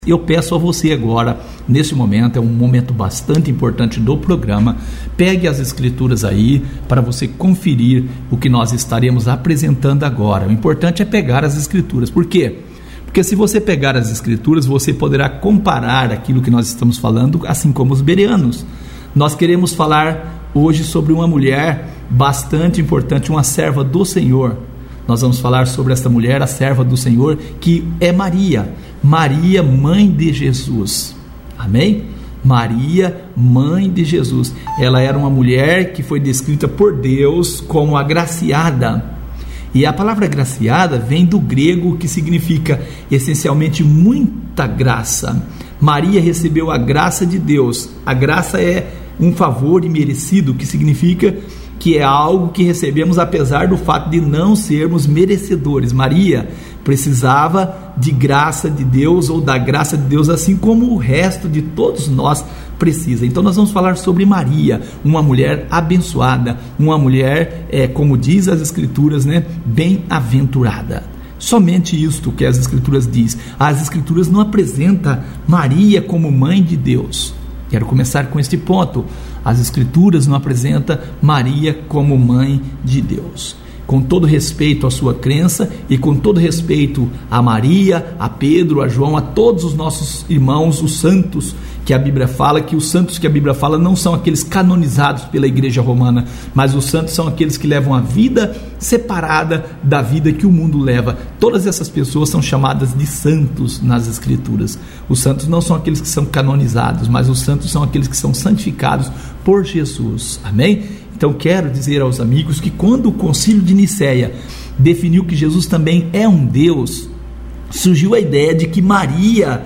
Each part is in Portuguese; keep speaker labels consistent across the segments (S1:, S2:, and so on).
S1: Eu peço a você agora, nesse momento, é um momento bastante importante do programa, pegue as escrituras aí para você conferir o que nós estaremos apresentando agora. O importante é pegar as escrituras. Por quê? Porque se você pegar as escrituras, você poderá comparar aquilo que nós estamos falando, assim como os bereanos. Nós queremos falar hoje sobre uma mulher bastante importante, uma serva do Senhor. Nós vamos falar sobre esta mulher, a serva do Senhor, que é Maria. Maria, mãe de Jesus. Amém? Maria, mãe de Jesus. Ela era uma mulher que foi descrita por Deus como agraciada. E a palavra agraciada vem do grego, que significa essencialmente muita graça. Maria recebeu a graça de Deus. A graça é um favor imerecido, que significa que é algo que recebemos apesar do fato de não sermos merecedores. Maria precisava de graça de Deus, ou da graça de Deus, assim como o resto de todos nós precisa. Então nós vamos falar sobre Maria, uma mulher abençoada, uma mulher, como diz as escrituras, bem-aventurada. Somente isto que as escrituras diz. As escrituras não apresentam Maria como mãe de Deus. Quero começar com este ponto. As escrituras não apresentam Maria como mãe de Deus. Com todo respeito à sua crença e com todo respeito a Maria, a Pedro, a João, a todos os nossos irmãos, os santos que a Bíblia fala, que os santos que a Bíblia fala não são aqueles canonizados pela Igreja Romana, mas os santos são aqueles que levam a vida separada da vida que o mundo leva. Todas essas pessoas são chamadas de santos nas Escrituras. Os santos não são aqueles que são canonizados, mas os santos são aqueles que são santificados por Jesus. Amém? Então quero dizer aos amigos que quando o Concílio de Nicéia definiu que Jesus também é um Deus, surgiu a ideia de que Maria,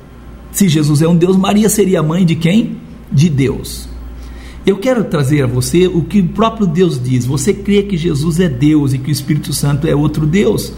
S1: se Jesus é um Deus, Maria seria a mãe de quem? De Deus. Eu quero trazer a você o que o próprio Deus diz. Você crê que Jesus é Deus e que o Espírito Santo é outro Deus?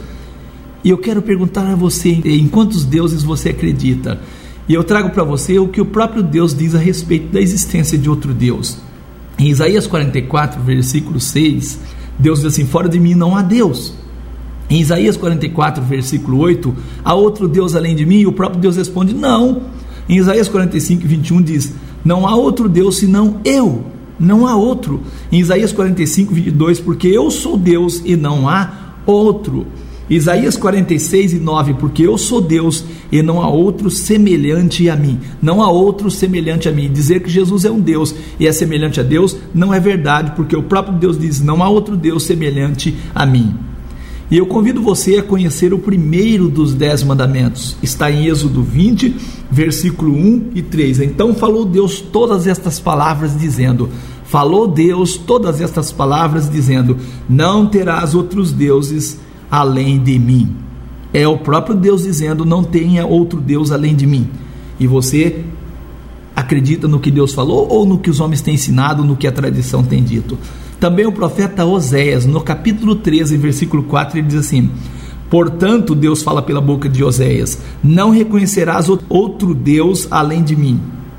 S1: E eu quero perguntar a você, em quantos deuses você acredita? E eu trago para você o que o próprio Deus diz a respeito da existência de outro Deus. Em Isaías 44, versículo 6, Deus diz assim: fora de mim não há Deus. Em Isaías 44, versículo 8, há outro Deus além de mim? E o próprio Deus responde: não. Em Isaías 45, 21 diz: não há outro Deus senão eu, não há outro. Em Isaías 45, 22, porque eu sou Deus e não há outro. Isaías 46 e 9, porque eu sou Deus e não há outro semelhante a mim. Não há outro semelhante a mim. Dizer que Jesus é um Deus e é semelhante a Deus não é verdade, porque o próprio Deus diz: não há outro Deus semelhante a mim. E eu convido você a conhecer o primeiro dos 10 mandamentos. Está em Êxodo 20, versículo 1 e 3. Então falou Deus todas estas palavras dizendo: falou Deus todas estas palavras dizendo: não terás outros deuses além de mim. É o próprio Deus dizendo: não tenha outro Deus além de mim. E você acredita no que Deus falou ou no que os homens têm ensinado, no que a tradição tem dito? Também o profeta Oséias, no capítulo 13, versículo 4, ele diz assim: portanto, Deus fala pela boca de Oséias: não reconhecerás outro Deus além de mim.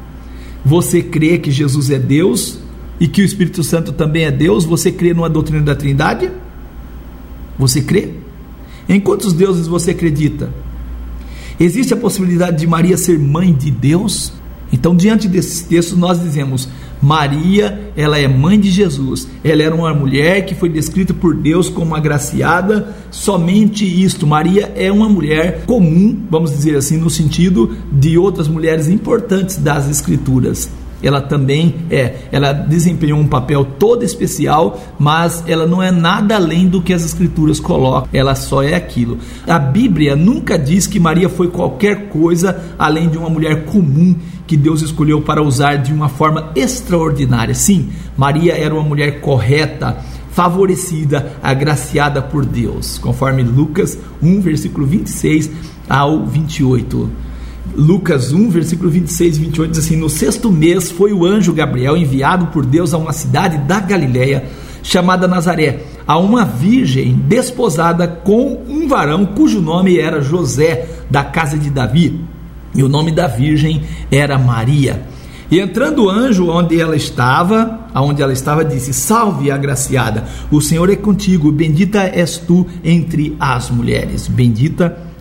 S1: Você crê que Jesus é Deus e que o Espírito Santo também é Deus? Você crê numa doutrina da Trindade? Você crê? Em quantos deuses você acredita? Existe a possibilidade de Maria ser mãe de Deus? Então, diante desses textos, nós dizemos: Maria, ela é mãe de Jesus. Ela era uma mulher que foi descrita por Deus como agraciada. Somente isto. Maria é uma mulher comum, vamos dizer assim, no sentido de outras mulheres importantes das Escrituras. Ela também ela desempenhou um papel todo especial, mas ela não é nada além do que as Escrituras colocam, ela só é aquilo. A Bíblia nunca diz que Maria foi qualquer coisa além de uma mulher comum que Deus escolheu para usar de uma forma extraordinária. Sim, Maria era uma mulher correta, favorecida, agraciada por Deus, conforme Lucas 1, versículo 26 ao 28. Lucas 1, versículo 26 e 28 diz assim: no 6º mês foi o anjo Gabriel enviado por Deus a uma cidade da Galileia chamada Nazaré, a uma virgem desposada com um varão cujo nome era José, da casa de Davi, e o nome da virgem era Maria. E entrando o anjo aonde ela estava, disse: salve, agraciada, o Senhor é contigo, bendita és tu entre as mulheres. Bendita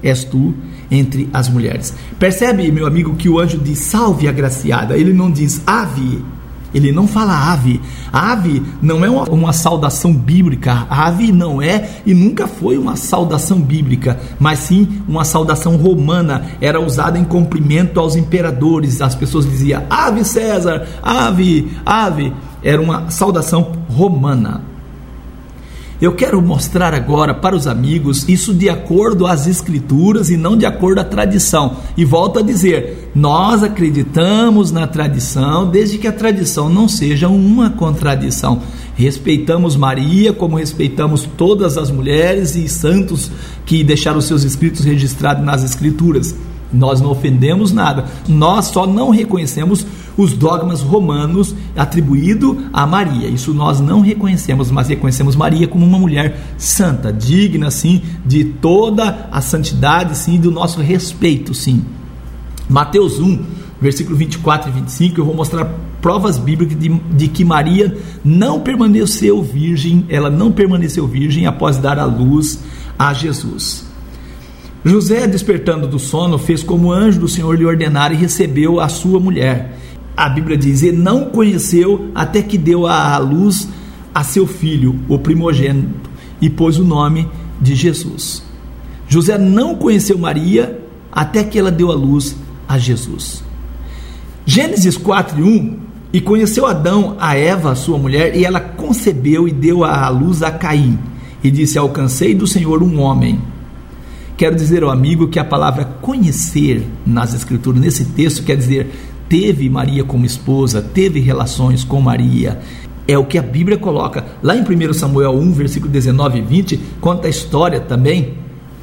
S1: és tu entre as mulheres. Percebe, meu amigo, que o anjo diz salve agraciada, ele não diz ave, ele não fala ave. A ave não é uma saudação bíblica, a ave não é e nunca foi uma saudação bíblica, mas sim uma saudação romana, era usada em cumprimento aos imperadores. As pessoas diziam ave César, ave, ave, era uma saudação romana. Eu quero mostrar agora para os amigos isso de acordo às escrituras e não de acordo à tradição. E volto a dizer, nós acreditamos na tradição, desde que a tradição não seja uma contradição. Respeitamos Maria como respeitamos todas as mulheres e santos que deixaram seus escritos registrados nas escrituras. Nós não ofendemos nada, nós só não reconhecemos os dogmas romanos atribuídos a Maria. Isso nós não reconhecemos, mas reconhecemos Maria como uma mulher santa, digna sim de toda a santidade, sim, do nosso respeito, sim. Mateus 1, versículo 24 e 25, eu vou mostrar provas bíblicas de que Maria não permaneceu virgem, ela não permaneceu virgem após dar à luz a Jesus. José, despertando do sono, fez como o anjo do Senhor lhe ordenara e recebeu a sua mulher. A Bíblia diz, ele não conheceu até que deu à luz a seu filho, o primogênito, e pôs o nome de Jesus. José não conheceu Maria até que ela deu à luz a Jesus. Gênesis 4:1, e conheceu Adão a Eva, sua mulher, e ela concebeu e deu à luz a Caim, e disse, alcancei do Senhor um homem. Quero dizer ao amigo que a palavra conhecer nas escrituras, nesse texto, quer dizer, teve Maria como esposa, teve relações com Maria. É o que a Bíblia coloca. Lá em 1 Samuel 1, versículo 19 e 20, conta a história também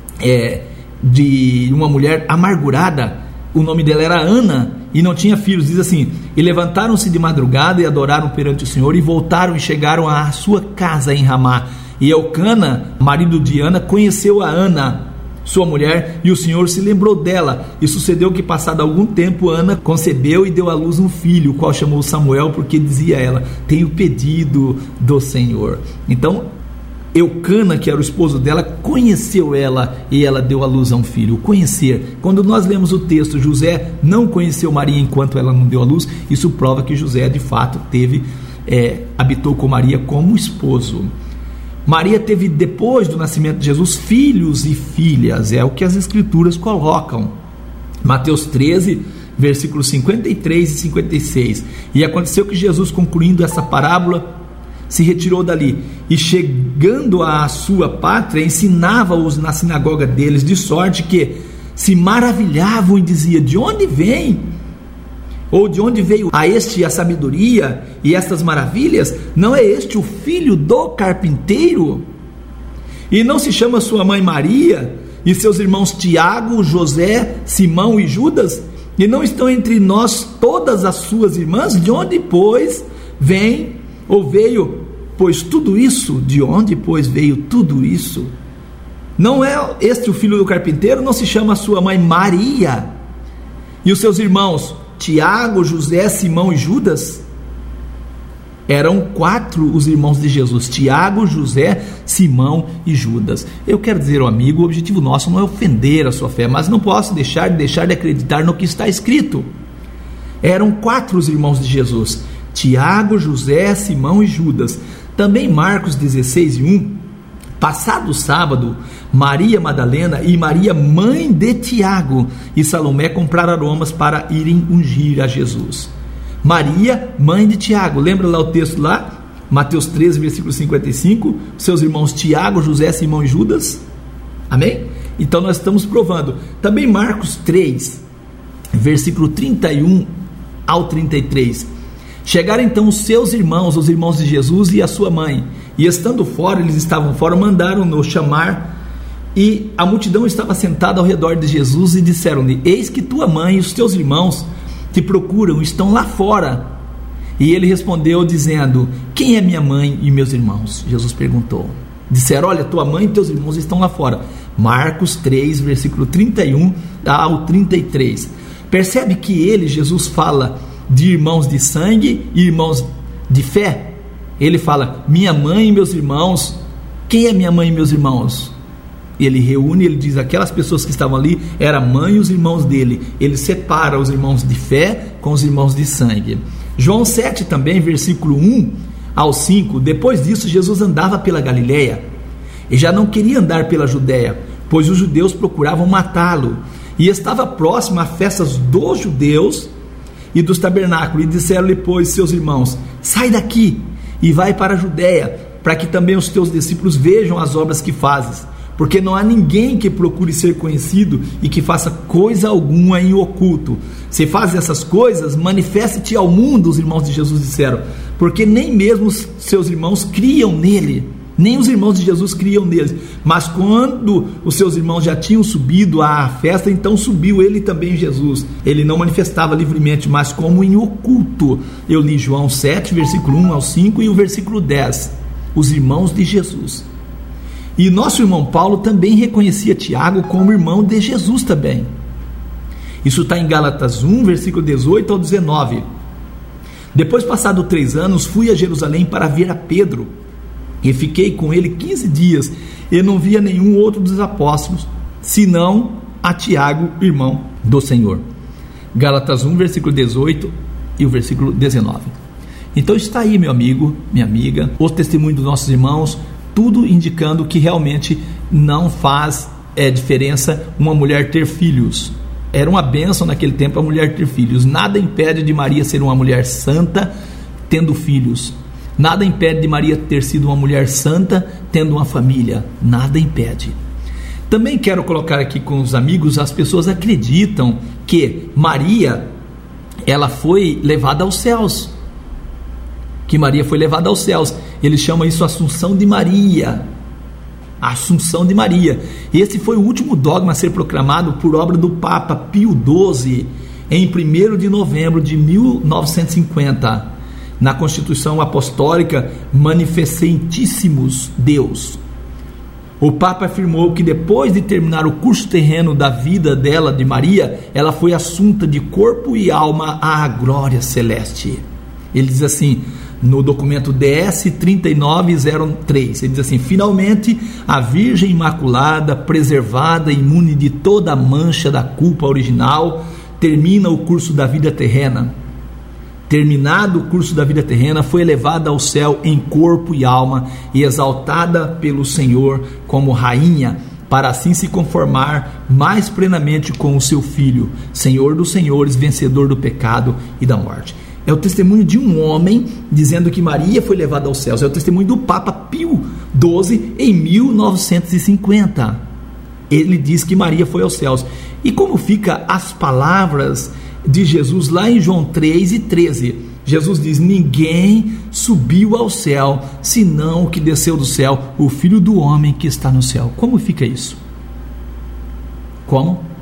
S1: de uma mulher amargurada. O nome dela era Ana e não tinha filhos. Diz assim, e levantaram-se de madrugada e adoraram perante o Senhor e voltaram e chegaram à sua casa em Ramá. E Elcana, marido de Ana, conheceu a Ana, sua mulher, e o Senhor se lembrou dela, e sucedeu que passado algum tempo Ana concebeu e deu à luz um filho, o qual chamou Samuel, porque dizia ela, tenho pedido do Senhor. Então Elcana, que era o esposo dela, conheceu ela e ela deu à luz a um filho. Conhecer, quando nós lemos o texto, José não conheceu Maria enquanto ela não deu à luz, isso prova que José de fato habitou com Maria como esposo. Maria teve, depois do nascimento de Jesus, filhos e filhas, é o que as escrituras colocam. Mateus 13, versículos 53 e 56. E aconteceu que Jesus, concluindo essa parábola, se retirou dali, e chegando à sua pátria, ensinava-os na sinagoga deles, de sorte que se maravilhavam e diziam, de onde vem? Ou de onde veio a este a sabedoria e estas maravilhas? Não é este o filho do carpinteiro? E não se chama sua mãe Maria, e seus irmãos Tiago, José, Simão e Judas? E não estão entre nós todas as suas irmãs? De onde, pois, vem ou veio, pois tudo isso? De onde, pois, veio tudo isso? Não é este o filho do carpinteiro? Não se chama sua mãe Maria? E os seus irmãos Tiago, José, Simão e Judas? Eram 4 os irmãos de Jesus, Tiago, José, Simão e Judas. Eu quero dizer ao amigo, o objetivo nosso não é ofender a sua fé, mas não posso deixar de acreditar no que está escrito. Eram 4 os irmãos de Jesus, Tiago, José, Simão e Judas. Também Marcos 16:1, passado o sábado, Maria Madalena e Maria, mãe de Tiago, e Salomé compraram aromas para irem ungir a Jesus. Maria, mãe de Tiago, lembra lá o texto lá? Mateus 13, versículo 55, seus irmãos Tiago, José, Simão e Judas. Amém? Então nós estamos provando. Também Marcos 3, versículo 31 ao 33. Chegaram então os seus irmãos, os irmãos de Jesus e a sua mãe, e estando fora, eles estavam fora, mandaram-no chamar, e a multidão estava sentada ao redor de Jesus, e disseram-lhe, eis que tua mãe e os teus irmãos te procuram, estão lá fora. E ele respondeu dizendo, quem é minha mãe e meus irmãos? Jesus perguntou. Disseram, olha, tua mãe e teus irmãos estão lá fora. Marcos 3, versículo 31 ao 33. Percebe que ele, Jesus, fala de irmãos de sangue e irmãos de fé. Ele fala, minha mãe e meus irmãos. Quem é minha mãe e meus irmãos? ele reúne, ele diz, aquelas pessoas que estavam ali, era a mãe e os irmãos dele. Ele separa os irmãos de fé com os irmãos de sangue. João 7 também, versículo 1 ao 5, depois disso Jesus andava pela Galileia, e já não queria andar pela Judéia, pois os judeus procuravam matá-lo, e estava próximo a festas dos judeus e dos tabernáculos, e disseram-lhe, pois, seus irmãos, sai daqui e vai para a Judéia, para que também os teus discípulos vejam as obras que fazes, porque não há ninguém que procure ser conhecido e que faça coisa alguma em oculto. Se fazes essas coisas, manifeste-te ao mundo, os irmãos de Jesus disseram, porque nem mesmo os seus irmãos criam nele, nem os irmãos de Jesus criam neles. Mas quando os seus irmãos já tinham subido à festa, então subiu ele também, Jesus. Ele não manifestava livremente, mas como em oculto. Eu li João 7, versículo 1 ao 5 e o versículo 10. Os irmãos de Jesus. E nosso irmão Paulo também reconhecia Tiago como irmão de Jesus também. Isso está em Gálatas 1, versículo 18 ao 19. Depois, passado 3 anos, fui a Jerusalém para ver a Pedro, e fiquei com ele 15 dias, e não via nenhum outro dos apóstolos, senão a Tiago, irmão do Senhor. Gálatas 1, versículo 18 e o versículo 19. Então está aí, meu amigo, minha amiga, o testemunho dos nossos irmãos, tudo indicando que realmente não faz diferença uma mulher ter filhos. Era uma bênção naquele tempo a mulher ter filhos. Nada impede de Maria ser uma mulher santa tendo filhos. Nada impede de Maria ter sido uma mulher santa tendo uma família. Nada impede. Também quero colocar aqui com os amigos, as pessoas acreditam que Maria, ela foi levada aos céus. Que Maria foi levada aos céus. Eles chamam isso Assunção de Maria. A Assunção de Maria. Esse foi o último dogma a ser proclamado por obra do Papa Pio XII em 1º de novembro de 1950, na Constituição Apostólica Manifecentíssimos Deus. O Papa afirmou que depois de terminar o curso terreno da vida dela, de Maria, ela foi assunta de corpo e alma à glória celeste. Ele diz assim, no documento DS 3903, ele diz assim: finalmente a Virgem Imaculada, preservada, imune de toda a mancha da culpa original, termina o curso da vida terrena. Terminado o curso da vida terrena, foi elevada ao céu em corpo e alma e exaltada pelo Senhor como rainha, para assim se conformar mais plenamente com o seu Filho, Senhor dos senhores, vencedor do pecado e da morte. É o testemunho de um homem dizendo que Maria foi levada aos céus. É o testemunho do Papa Pio XII em 1950. Ele diz que Maria foi aos céus. E como fica as palavras de Jesus lá em João 3:13? Jesus diz: ninguém subiu ao céu, senão o que desceu do céu, o Filho do homem que está no céu. Como fica isso? Como?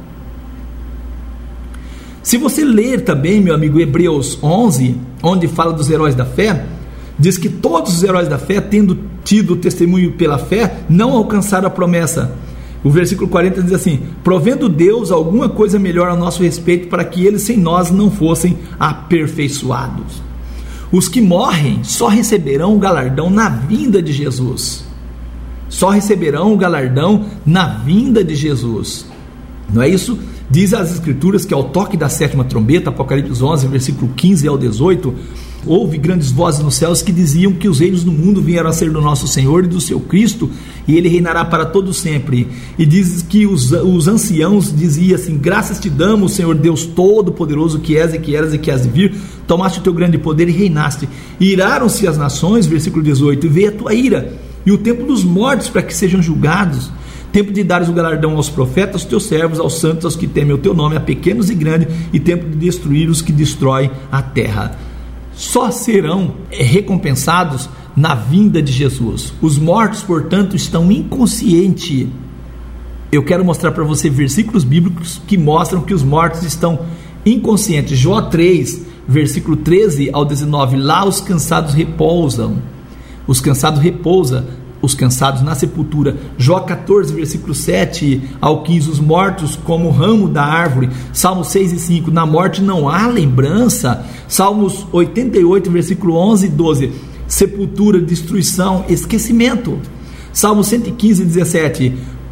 S1: Se você ler também, meu amigo, Hebreus 11, onde fala dos heróis da fé, diz que todos os heróis da fé, tendo tido testemunho pela fé, não alcançaram a promessa. O versículo 40 diz assim: provendo Deus alguma coisa melhor a nosso respeito, para que eles sem nós não fossem aperfeiçoados. Os que morrem só receberão o galardão na vinda de Jesus. Só receberão o galardão na vinda de Jesus. Não é isso? Diz as Escrituras que ao toque da 7ª trombeta, Apocalipse 11, versículo 15 ao 18, houve grandes vozes nos céus que diziam que os reinos do mundo vieram a ser do nosso Senhor e do seu Cristo, e ele reinará para todo sempre. E diz que os anciãos diziam assim: graças te damos, Senhor Deus Todo-Poderoso, que és e que eras e que has de vir, tomaste o teu grande poder e reinaste. E iraram-se as nações, versículo 18, e veio a tua ira, e o tempo dos mortos para que sejam julgados, tempo de dares o galardão aos profetas, teus servos, aos santos, aos que temem o teu nome, a pequenos e grandes, e tempo de destruir os que destroem a terra. Só serão recompensados na vinda de Jesus. Os mortos, portanto, estão inconscientes. Eu quero mostrar para você versículos bíblicos que mostram que os mortos estão inconscientes. Jó 3, versículo 13 ao 19, lá os cansados repousam. Os cansados repousam, os cansados na sepultura. Jó 14, versículo 7 ao 15, os mortos como o ramo da árvore. Salmo 6 e 5, na morte não há lembrança. Salmos 88, versículo 11 e 12, sepultura, destruição, esquecimento. Salmo 115, 17,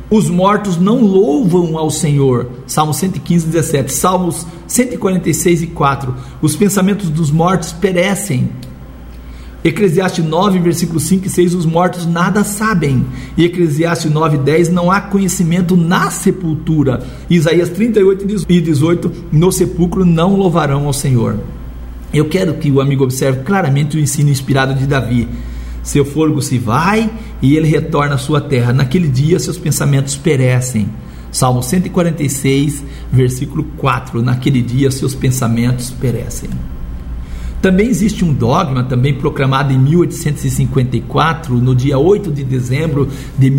S1: Os mortos não louvam ao Senhor. Salmo 115, 17. Salmos 146 e 4. Os pensamentos dos mortos perecem. Eclesiastes 9, versículos 5 e 6. Os mortos nada sabem. E Eclesiastes 9, 10. Não há conhecimento na sepultura. Isaías 38 e 18. No sepulcro não louvarão ao Senhor. Eu quero que o amigo observe claramente o ensino inspirado de Davi. Seu fôlego se vai e ele retorna à sua terra. Naquele dia seus pensamentos perecem. Salmo 146, versículo 4. Naquele dia seus pensamentos perecem. Também existe um dogma, também proclamado em 1854, no dia 8 de dezembro de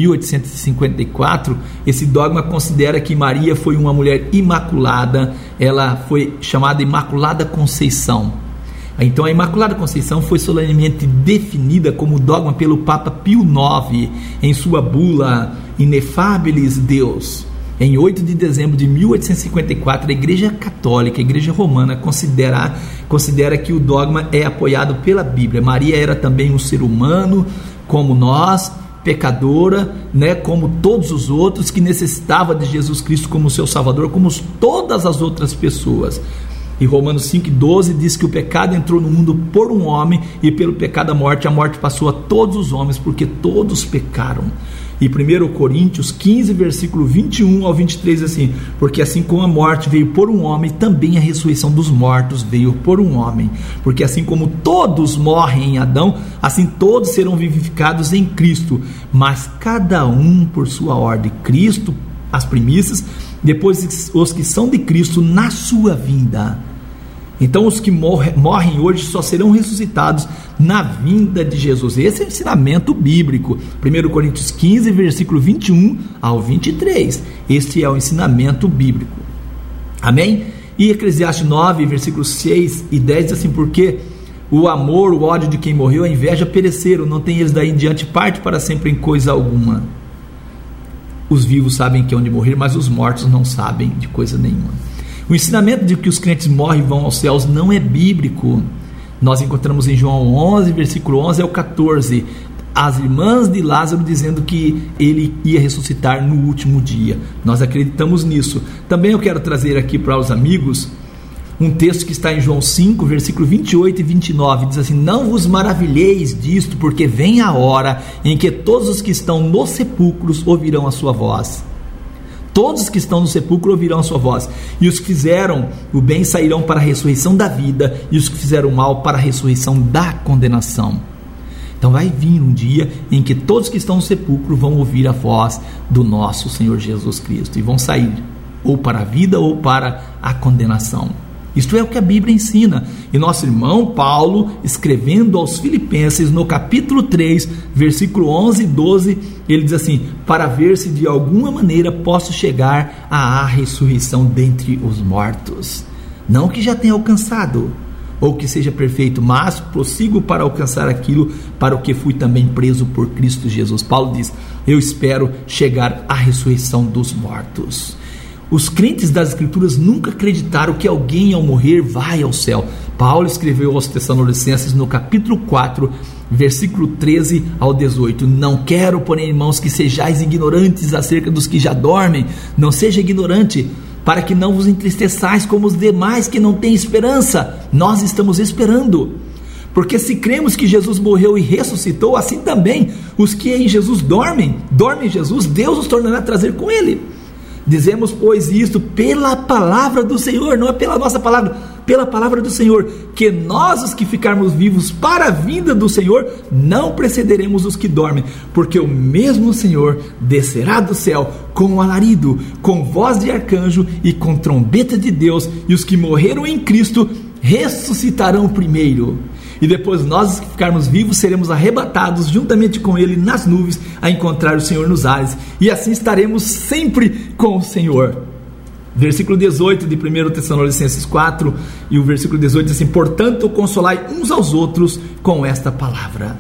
S1: 1854. Esse dogma considera que Maria foi uma mulher imaculada. Ela foi chamada Imaculada Conceição. Então a Imaculada Conceição foi solenemente definida como dogma pelo Papa Pio IX em sua bula Inefabilis Deus. Em 8 de dezembro de 1854, a Igreja Católica, a Igreja Romana, considera que o dogma é apoiado pela Bíblia. Maria era também um ser humano, como nós, pecadora, como todos os outros, que necessitava de Jesus Cristo como seu Salvador, como todas as outras pessoas. E Romanos 5,12 diz que o pecado entrou no mundo por um homem, e pelo pecado a morte passou a todos os homens, porque todos pecaram. E 1 Coríntios 15, versículo 21 ao 23, assim: porque assim como a morte veio por um homem, também a ressurreição dos mortos veio por um homem. Porque assim como todos morrem em Adão, assim todos serão vivificados em Cristo, mas cada um por sua ordem. Cristo, as primícias, depois os que são de Cristo na sua vinda. Então os que morrem hoje só serão ressuscitados na vinda de Jesus. Esse é o ensinamento bíblico. 1 Coríntios 15, versículo 21 ao 23. Este é o ensinamento bíblico. Amém? E Eclesiastes 9, versículos 6 e 10 diz assim: porque o amor, o ódio de quem morreu, a inveja pereceram, não tem eles daí em diante parte para sempre em coisa alguma. Os vivos sabem que hão de morrer, mas os mortos não sabem de coisa nenhuma. O ensinamento de que os crentes morrem e vão aos céus não é bíblico. Nós encontramos em João 11, versículo 11 ao 14, as irmãs de Lázaro dizendo que ele ia ressuscitar no último dia. Nós acreditamos nisso. Também eu quero trazer aqui para os amigos um texto que está em João 5, versículo 28 e 29, diz assim: não vos maravilheis disto, porque vem a hora em que todos os que estão nos sepulcros ouvirão a sua voz. Todos os que estão no sepulcro ouvirão a sua voz, e os que fizeram o bem sairão para a ressurreição da vida, e os que fizeram o mal para a ressurreição da condenação. Então vai vir um dia em que todos que estão no sepulcro vão ouvir a voz do nosso Senhor Jesus Cristo, e vão sair ou para a vida ou para a condenação. Isto é o que a Bíblia ensina. E nosso irmão Paulo, escrevendo aos Filipenses, no capítulo 3, versículo 11 e 12, ele diz assim: para ver se de alguma maneira posso chegar à ressurreição dentre os mortos. Não que já tenha alcançado, ou que seja perfeito, mas prossigo para alcançar aquilo para o que fui também preso por Cristo Jesus. Paulo diz: eu espero chegar à ressurreição dos mortos. Os crentes das Escrituras nunca acreditaram que alguém ao morrer vai ao céu. Paulo escreveu aos Tessalonicenses no capítulo 4, versículo 13 ao 18: não quero, porém, irmãos, que sejais ignorantes acerca dos que já dormem. Não seja ignorante, para que não vos entristeçais como os demais que não têm esperança. Nós estamos esperando, porque se cremos que Jesus morreu e ressuscitou, assim também os que em Jesus dormem em Jesus, Deus os tornará a trazer com ele. Dizemos, pois, isto pela palavra do Senhor, não é pela nossa palavra, pela palavra do Senhor, que nós, os que ficarmos vivos para a vinda do Senhor, não precederemos os que dormem, porque o mesmo Senhor descerá do céu com um alarido, com voz de arcanjo e com trombeta de Deus, e os que morreram em Cristo ressuscitarão primeiro. E depois nós que ficarmos vivos seremos arrebatados juntamente com ele nas nuvens a encontrar o Senhor nos ares, e assim estaremos sempre com o Senhor. Versículo 18 de 1 Tessalonicenses 4 e o versículo 18 diz assim: portanto consolai uns aos outros com esta palavra.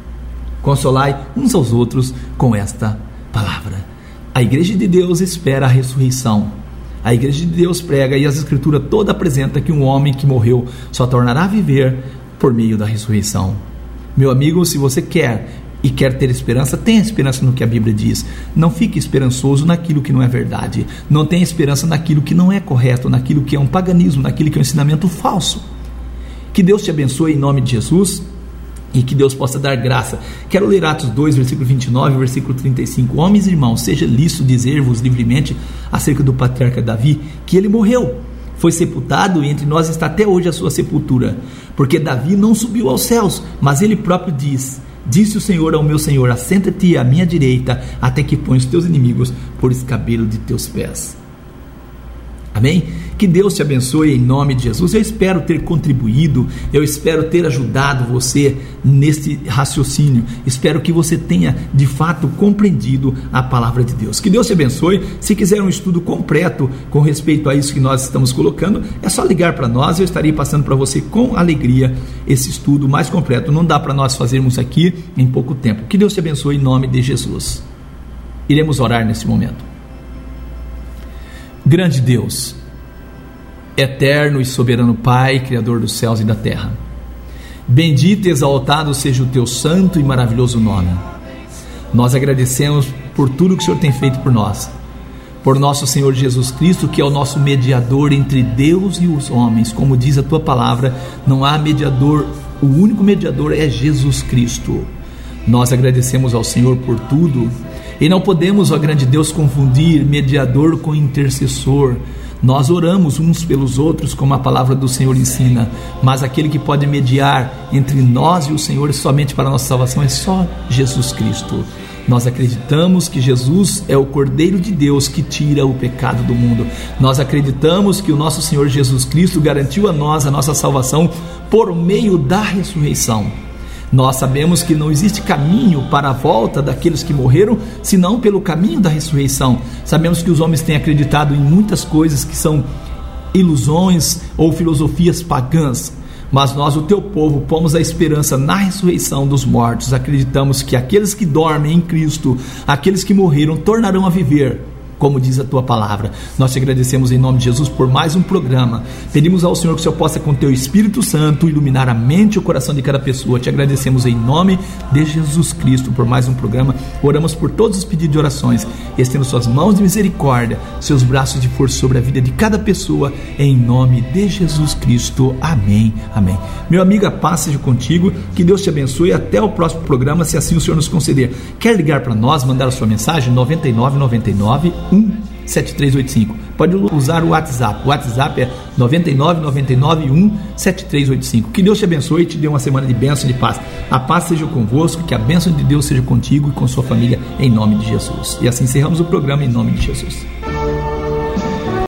S1: Consolai uns aos outros com esta palavra. A igreja de Deus espera a ressurreição. A igreja de Deus prega, e as escrituras toda apresenta que um homem que morreu só tornará a viver por meio da ressurreição. Meu amigo, se você quer e quer ter esperança, tenha esperança no que a Bíblia diz. Não fique esperançoso naquilo que não é verdade. Não tenha esperança naquilo que não é correto, naquilo que é um paganismo, naquilo que é um ensinamento falso. Que Deus te abençoe em nome de Jesus e que Deus possa dar graça. Quero ler Atos 2, versículo 29, versículo 35. Homens e irmãos, seja lícito dizer-vos livremente acerca do patriarca Davi, que ele morreu, foi sepultado e entre nós está até hoje a sua sepultura, porque Davi não subiu aos céus, mas ele próprio disse o Senhor ao meu Senhor: assenta-te à minha direita, até que põe os teus inimigos por escabelo de teus pés. Amém? Que Deus te abençoe em nome de Jesus. Eu espero ter contribuído, eu espero ter ajudado você nesse raciocínio. Espero que você tenha de fato compreendido a palavra de Deus. Que Deus te abençoe. Se quiser um estudo completo com respeito a isso que nós estamos colocando, é só ligar para nós. Eu estarei passando para você com alegria esse estudo mais completo. Não dá para nós fazermos aqui em pouco tempo. Que Deus te abençoe em nome de Jesus. Iremos orar nesse momento. Grande Deus, eterno e soberano Pai, Criador dos céus e da terra, bendito e exaltado seja o teu santo e maravilhoso nome. Nós agradecemos por tudo que o Senhor tem feito por nós, por nosso Senhor Jesus Cristo, que é o nosso mediador entre Deus e os homens. Como diz a tua palavra, não há mediador, o único mediador é Jesus Cristo. Nós agradecemos ao Senhor por tudo. E não podemos, ó grande Deus, confundir mediador com intercessor. Nós oramos uns pelos outros, como a palavra do Senhor ensina, mas aquele que pode mediar entre nós e o Senhor somente para a nossa salvação é só Jesus Cristo. Nós acreditamos que Jesus é o Cordeiro de Deus que tira o pecado do mundo. Nós acreditamos que o nosso Senhor Jesus Cristo garantiu a nós a nossa salvação por meio da ressurreição. Nós sabemos que não existe caminho para a volta daqueles que morreram, senão pelo caminho da ressurreição. Sabemos que os homens têm acreditado em muitas coisas que são ilusões ou filosofias pagãs, mas nós, o teu povo, pomos a esperança na ressurreição dos mortos. Acreditamos que aqueles que dormem em Cristo, aqueles que morreram, tornarão a viver, como diz a tua palavra. Nós te agradecemos em nome de Jesus por mais um programa. Pedimos ao Senhor que o Senhor possa, com teu Espírito Santo, iluminar a mente e o coração de cada pessoa. Te agradecemos em nome de Jesus Cristo por mais um programa. Oramos por todos os pedidos de orações, estendo suas mãos de misericórdia, seus braços de força sobre a vida de cada pessoa, em nome de Jesus Cristo. Amém, amém. Meu amigo, a paz seja contigo, que Deus te abençoe. Até o próximo programa, se assim o Senhor nos conceder. Quer ligar para nós, mandar a sua mensagem? 9999-17385. Pode usar o WhatsApp. O WhatsApp é 9999-17385. Que Deus te abençoe e te dê uma semana de bênção e de paz. A paz seja convosco, que a bênção de Deus seja contigo e com sua família, em nome de Jesus. E assim encerramos o programa em nome de Jesus.